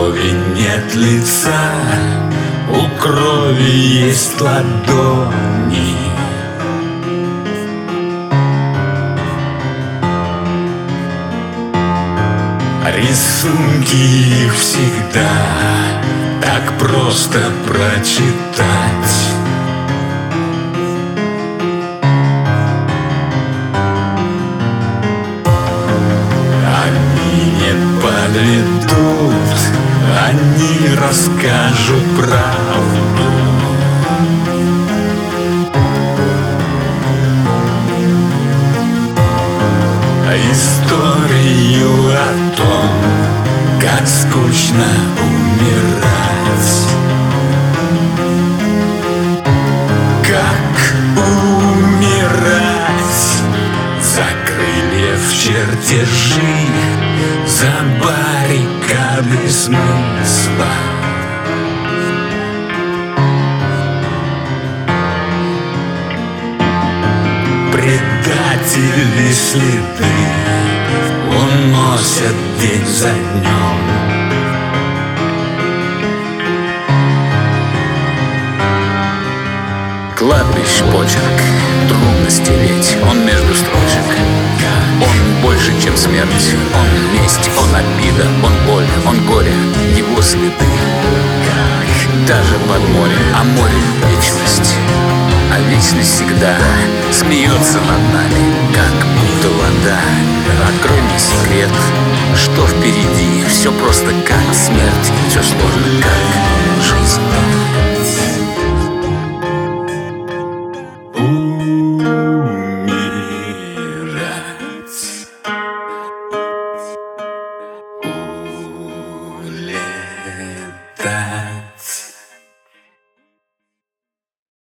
крови нет лица, у крови есть ладони. Рисунки их всегда так просто прочитать. Они не подведут, они расскажут правду. Историю о том, как скучно умирать, как умирать. За крыльев чертежи, за баррикады смысла. Предатели следы уносят день за днем. Кладбищ почерк, трудно стереть, он между строчек. Он больше, чем смерть, он месть, он обида, он боль, он горе, его следы. Даже под морем, а море — вечность, а вечность всегда смеется над нами, как будто вода. Открой мне секрет, что впереди, все просто как смерть, все сложно как жизнь. Улетать.